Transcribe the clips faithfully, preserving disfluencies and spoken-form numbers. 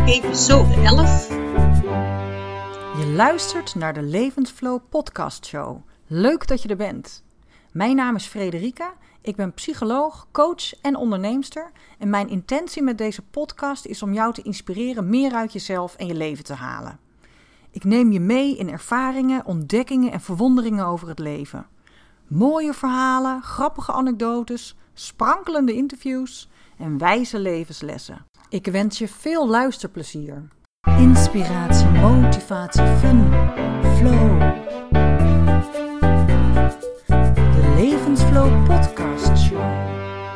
episode elf. Je luistert naar de Levensflow podcast show. Leuk dat je er bent. Mijn naam is Frederika, ik ben psycholoog, coach en onderneemster. En mijn intentie met deze podcast is om jou te inspireren meer uit jezelf en je leven te halen. Ik neem je mee in ervaringen, ontdekkingen en verwonderingen over het leven. Mooie verhalen, grappige anekdotes, sprankelende interviews en wijze levenslessen. Ik wens je veel luisterplezier. Inspiratie, motivatie, fun, flow. De Levensflow podcast show.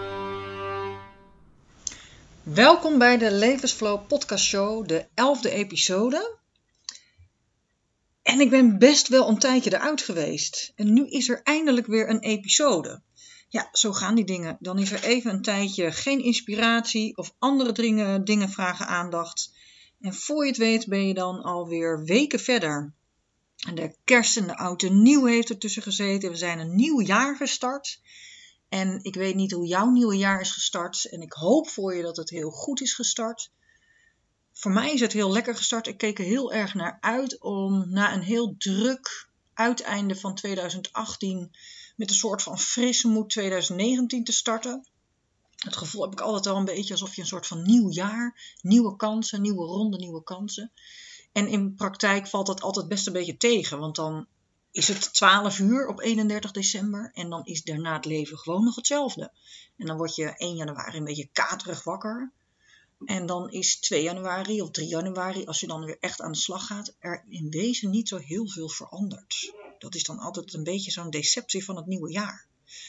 Welkom bij de Levensflow podcast show, de elfde episode. En ik ben best wel een tijdje eruit geweest. En nu is er eindelijk weer een episode. Ja, zo gaan die dingen. Dan is er even een tijdje geen inspiratie of andere dingen, dingen vragen aandacht. En voor je het weet ben je dan alweer weken verder. En de kerst en de oud en nieuw heeft ertussen gezeten. We zijn een nieuw jaar gestart. En ik weet niet hoe jouw nieuwe jaar is gestart. En ik hoop voor je dat het heel goed is gestart. Voor mij is het heel lekker gestart. Ik keek er heel erg naar uit om na een heel druk uiteinde van tweeduizend achttien... met een soort van frisse moed tweeduizend negentien te starten. Het gevoel heb ik altijd al een beetje alsof je een soort van nieuw jaar, nieuwe kansen, nieuwe ronde, nieuwe kansen. En in praktijk valt dat altijd best een beetje tegen, want dan is het twaalf uur op eenendertig december en dan is daarna het leven gewoon nog hetzelfde. En dan word je één januari een beetje katerig wakker. En dan is twee januari of drie januari, als je dan weer echt aan de slag gaat, er in wezen niet zo heel veel veranderd. Dat is dan altijd een beetje zo'n deceptie van het nieuwe jaar.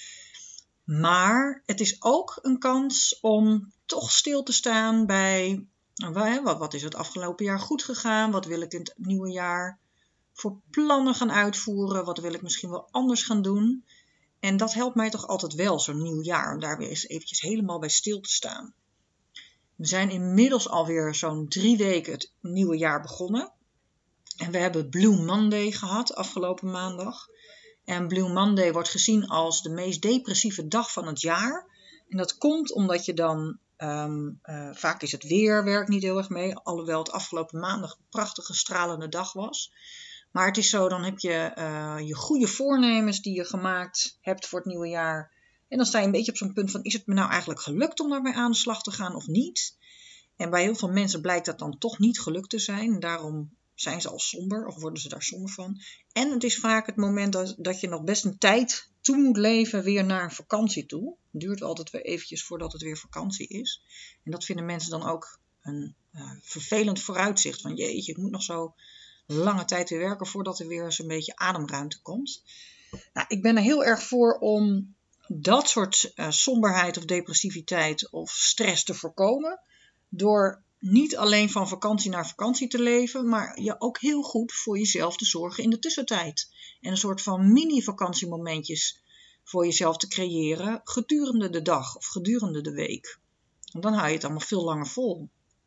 Maar het is ook een kans om toch stil te staan bij, wat, wat is het afgelopen jaar goed gegaan? Wat wil ik in het nieuwe jaar voor plannen gaan uitvoeren? Wat wil ik misschien wel anders gaan doen? En dat helpt mij toch altijd wel, zo'n nieuw jaar, om daar weer eens eventjes helemaal bij stil te staan. We zijn inmiddels alweer zo'n drie weken het nieuwe jaar begonnen. En we hebben Blue Monday gehad afgelopen maandag. En Blue Monday wordt gezien als de meest depressieve dag van het jaar. En dat komt omdat je dan, um, uh, vaak is het weer, werkt niet heel erg mee. Alhoewel het afgelopen maandag een prachtige stralende dag was. Maar het is zo, dan heb je uh, je goede voornemens die je gemaakt hebt voor het nieuwe jaar. En dan sta je een beetje op zo'n punt van, is het me nou eigenlijk gelukt om daarmee aan de slag te gaan of niet? En bij heel veel mensen blijkt dat dan toch niet gelukt te zijn. En daarom zijn ze al somber of worden ze daar somber van. En het is vaak het moment dat, dat je nog best een tijd toe moet leven weer naar een vakantie toe. Het duurt altijd weer eventjes voordat het weer vakantie is. En dat vinden mensen dan ook een uh, vervelend vooruitzicht. Van jeetje, ik moet nog zo lange tijd weer werken voordat er weer eens een beetje ademruimte komt. Nou, ik ben er heel erg voor om dat soort uh, somberheid of depressiviteit of stress te voorkomen. Door niet alleen van vakantie naar vakantie te leven, maar je ook heel goed voor jezelf te zorgen in de tussentijd. En een soort van mini-vakantiemomentjes voor jezelf te creëren gedurende de dag of gedurende de week. Want dan hou je het allemaal veel langer vol.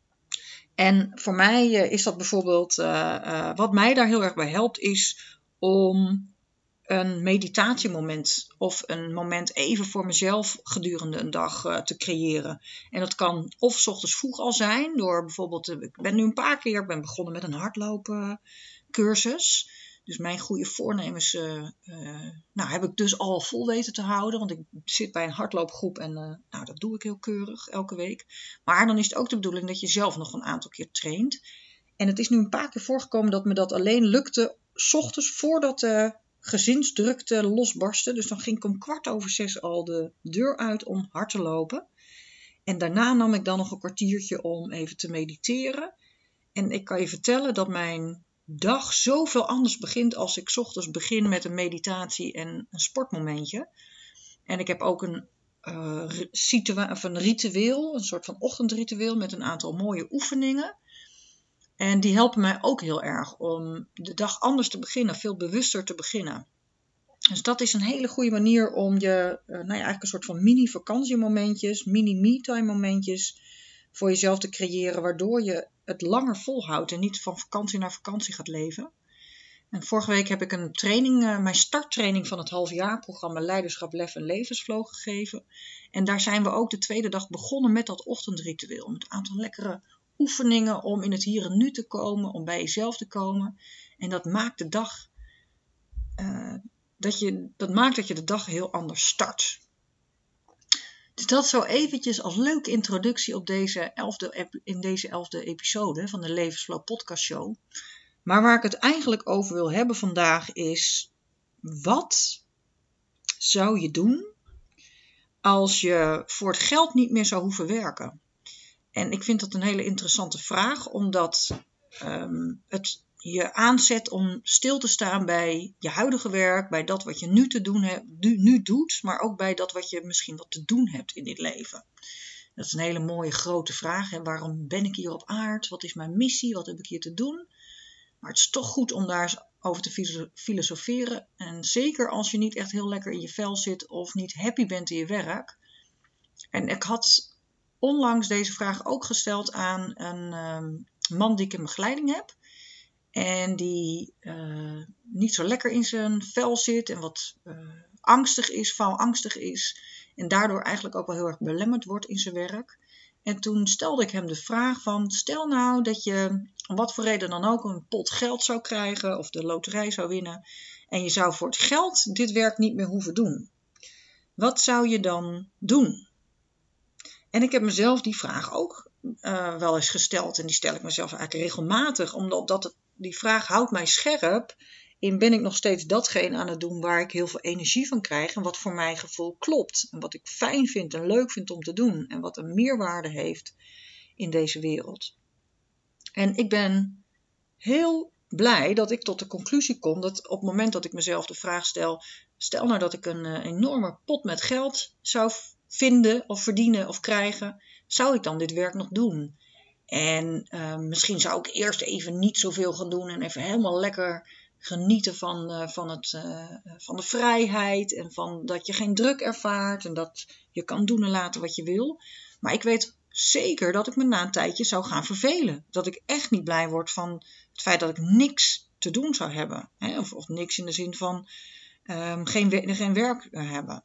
En voor mij is dat bijvoorbeeld, uh, uh, wat mij daar heel erg bij helpt, is om een meditatiemoment of een moment even voor mezelf gedurende een dag uh, te creëren. En dat kan of 's ochtends vroeg al zijn, door bijvoorbeeld, uh, ik ben nu een paar keer, ik ben begonnen met een hardlopen cursus. Dus mijn goede voornemens uh, uh, nou, heb ik dus al vol weten te houden, want ik zit bij een hardloopgroep en uh, nou, dat doe ik heel keurig elke week. Maar dan is het ook de bedoeling dat je zelf nog een aantal keer traint. En het is nu een paar keer voorgekomen dat me dat alleen lukte 's ochtends voordat de gezinsdrukte losbarsten. Dus dan ging ik om kwart over zes al de deur uit om hard te lopen. En daarna nam ik dan nog een kwartiertje om even te mediteren. En ik kan je vertellen dat mijn dag zoveel anders begint als ik 's ochtends begin met een meditatie en een sportmomentje. En ik heb ook een, uh, situa- of een ritueel, een soort van ochtendritueel met een aantal mooie oefeningen. En die helpen mij ook heel erg om de dag anders te beginnen, veel bewuster te beginnen. Dus dat is een hele goede manier om je, nou ja, eigenlijk een soort van mini-vakantiemomentjes, mini-me-time momentjes voor jezelf te creëren, waardoor je het langer volhoudt en niet van vakantie naar vakantie gaat leven. En vorige week heb ik een training, mijn starttraining van het halfjaarprogramma Leiderschap, Lef en Levensflow gegeven. En daar zijn we ook de tweede dag begonnen met dat ochtendritueel. Met een aantal lekkere oefeningen om in het hier en nu te komen, om bij jezelf te komen. En dat maakt de dag, uh, dat, je, dat maakt dat je de dag heel anders start. Dus dat zo eventjes als leuke introductie op deze elfde, in deze elfde episode van de Levensflow Podcast Show. Maar waar ik het eigenlijk over wil hebben vandaag is, wat zou je doen als je voor het geld niet meer zou hoeven werken? En ik vind dat een hele interessante vraag, omdat um, het je aanzet om stil te staan bij je huidige werk, bij dat wat je nu te doen hebt, nu, nu doet, maar ook bij dat wat je misschien wat te doen hebt in dit leven. Dat is een hele mooie grote vraag. Hè? Waarom ben ik hier op aarde? Wat is mijn missie? Wat heb ik hier te doen? Maar het is toch goed om daar eens over te filosoferen. En zeker als je niet echt heel lekker in je vel zit of niet happy bent in je werk. En ik had onlangs deze vraag ook gesteld aan een um, man die ik in begeleiding heb. En die uh, niet zo lekker in zijn vel zit en wat uh, angstig is, faalangstig is. En daardoor eigenlijk ook wel heel erg belemmerd wordt in zijn werk. En toen stelde ik hem de vraag van, stel nou dat je om wat voor reden dan ook een pot geld zou krijgen of de loterij zou winnen. En je zou voor het geld dit werk niet meer hoeven doen. Wat zou je dan doen? En ik heb mezelf die vraag ook uh, wel eens gesteld. En die stel ik mezelf eigenlijk regelmatig. Omdat dat het, die vraag houdt mij scherp. In ben ik nog steeds datgene aan het doen waar ik heel veel energie van krijg. En wat voor mijn gevoel klopt. En wat ik fijn vind en leuk vind om te doen. En wat een meerwaarde heeft in deze wereld. En ik ben heel blij dat ik tot de conclusie kom. Dat op het moment dat ik mezelf de vraag stel. Stel nou dat ik een uh, enorme pot met geld zou vinden of verdienen of krijgen. Zou ik dan dit werk nog doen? En uh, misschien zou ik eerst even niet zoveel gaan doen. En even helemaal lekker genieten van, uh, van, het, uh, van de vrijheid. En van dat je geen druk ervaart. En dat je kan doen en laten wat je wil. Maar ik weet zeker dat ik me na een tijdje zou gaan vervelen. Dat ik echt niet blij word van het feit dat ik niks te doen zou hebben. Hè? Of, of niks in de zin van um, geen, geen werk hebben.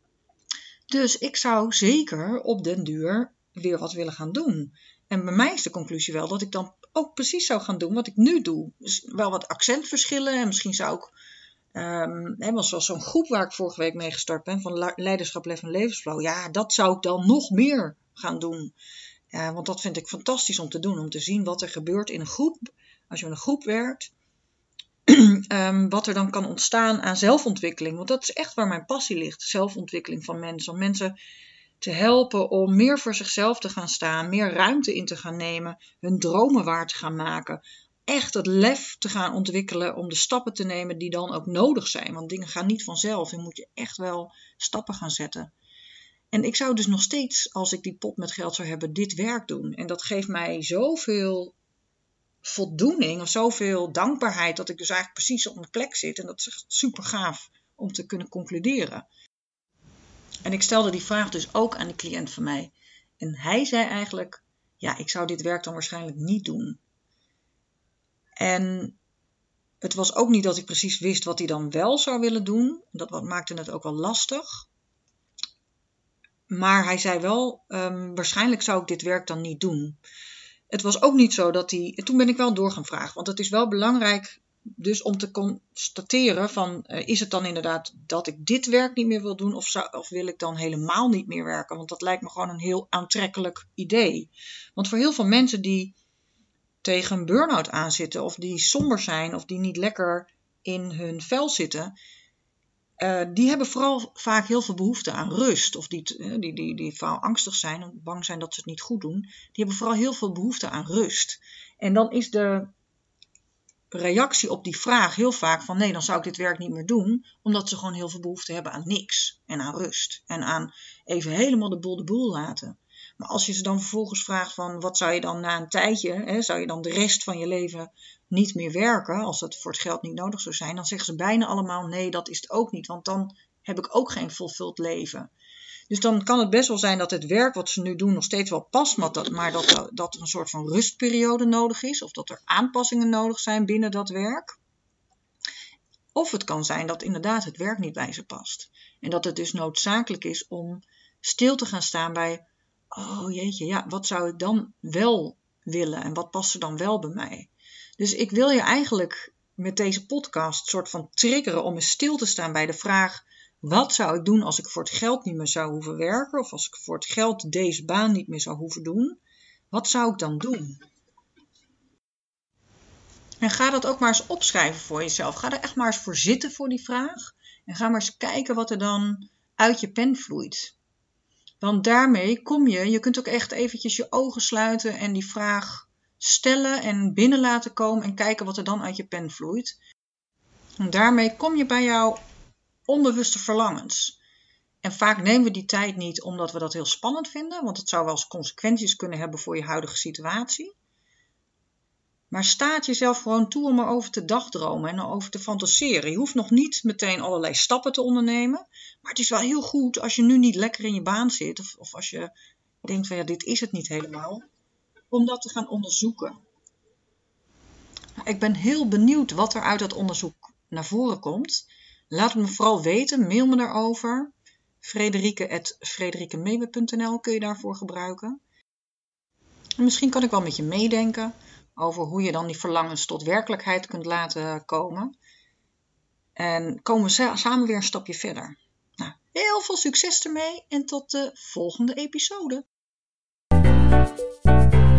Dus ik zou zeker op den duur weer wat willen gaan doen. En bij mij is de conclusie wel dat ik dan ook precies zou gaan doen wat ik nu doe. Dus wel wat accentverschillen. En misschien zou ik, um, hè, zoals zo'n groep waar ik vorige week mee gestart ben, van Leiderschap, Lef en Levensflow. Ja, dat zou ik dan nog meer gaan doen. Uh, want dat vind ik fantastisch om te doen. Om te zien wat er gebeurt in een groep. Als je in een groep werkt. um, wat er dan kan ontstaan aan zelfontwikkeling. Want dat is echt waar mijn passie ligt. Zelfontwikkeling van mensen. Om mensen te helpen om meer voor zichzelf te gaan staan. Meer ruimte in te gaan nemen. Hun dromen waar te gaan maken. Echt het lef te gaan ontwikkelen. Om de stappen te nemen die dan ook nodig zijn. Want dingen gaan niet vanzelf. En moet je echt wel stappen gaan zetten. En ik zou dus nog steeds, als ik die pot met geld zou hebben, dit werk doen. En dat geeft mij zoveel voldoening of zoveel dankbaarheid dat ik dus eigenlijk precies op mijn plek zit. En dat is echt super gaaf om te kunnen concluderen. En ik stelde die vraag dus ook aan de cliënt van mij. En hij zei eigenlijk, ja, ik zou dit werk dan waarschijnlijk niet doen. En het was ook niet dat ik precies wist wat hij dan wel zou willen doen. Dat maakte het ook wel lastig. Maar hij zei wel, um, waarschijnlijk zou ik dit werk dan niet doen. Het was ook niet zo dat hij... Toen ben ik wel door gaan vragen. Want het is wel belangrijk dus om te constateren van... Uh, is het dan inderdaad dat ik dit werk niet meer wil doen? Of, zou, of wil ik dan helemaal niet meer werken? Want dat lijkt me gewoon een heel aantrekkelijk idee. Want voor heel veel mensen die tegen een burn-out aanzitten... of die somber zijn of die niet lekker in hun vel zitten... Uh, die hebben vooral vaak heel veel behoefte aan rust. Of die, uh, die, die, die faalangstig zijn en bang zijn dat ze het niet goed doen. Die hebben vooral heel veel behoefte aan rust. En dan is de reactie op die vraag heel vaak van... nee, dan zou ik dit werk niet meer doen. Omdat ze gewoon heel veel behoefte hebben aan niks. En aan rust. En aan even helemaal de boel de boel laten. Maar als je ze dan vervolgens vraagt van... wat zou je dan na een tijdje... Hè, zou je dan de rest van je leven... niet meer werken, als dat voor het geld niet nodig zou zijn, dan zeggen ze bijna allemaal nee, dat is het ook niet, want dan heb ik ook geen fulfilled leven. Dus dan kan het best wel zijn dat het werk wat ze nu doen nog steeds wel past, maar dat, maar dat, dat er een soort van rustperiode nodig is, of dat er aanpassingen nodig zijn binnen dat werk. Of het kan zijn dat inderdaad het werk niet bij ze past. En dat het dus noodzakelijk is om stil te gaan staan bij, oh jeetje, ja, wat zou ik dan wel willen en wat past er dan wel bij mij. Dus ik wil je eigenlijk met deze podcast soort van triggeren om eens stil te staan bij de vraag: wat zou ik doen als ik voor het geld niet meer zou hoeven werken? Of als ik voor het geld deze baan niet meer zou hoeven doen? Wat zou ik dan doen? En ga dat ook maar eens opschrijven voor jezelf. Ga er echt maar eens voor zitten voor die vraag. En ga maar eens kijken wat er dan uit je pen vloeit. Want daarmee kom je, je kunt ook echt eventjes je ogen sluiten en die vraag stellen en binnen laten komen en kijken wat er dan uit je pen vloeit. En daarmee kom je bij jouw onbewuste verlangens. En vaak nemen we die tijd niet omdat we dat heel spannend vinden, want het zou wel eens consequenties kunnen hebben voor je huidige situatie. Maar staat jezelf gewoon toe om erover te dagdromen en erover te fantaseren. Je hoeft nog niet meteen allerlei stappen te ondernemen. Maar het is wel heel goed als je nu niet lekker in je baan zit. Of, of als je denkt van ja, dit is het niet helemaal. Om dat te gaan onderzoeken. Nou, ik ben heel benieuwd wat er uit dat onderzoek naar voren komt. Laat het me vooral weten. Mail me daarover. Frederike at frederikemeebe punt n l kun je daarvoor gebruiken. En misschien kan ik wel met je meedenken over hoe je dan die verlangens tot werkelijkheid kunt laten komen. En komen we samen weer een stapje verder. Nou, heel veel succes ermee en tot de volgende episode.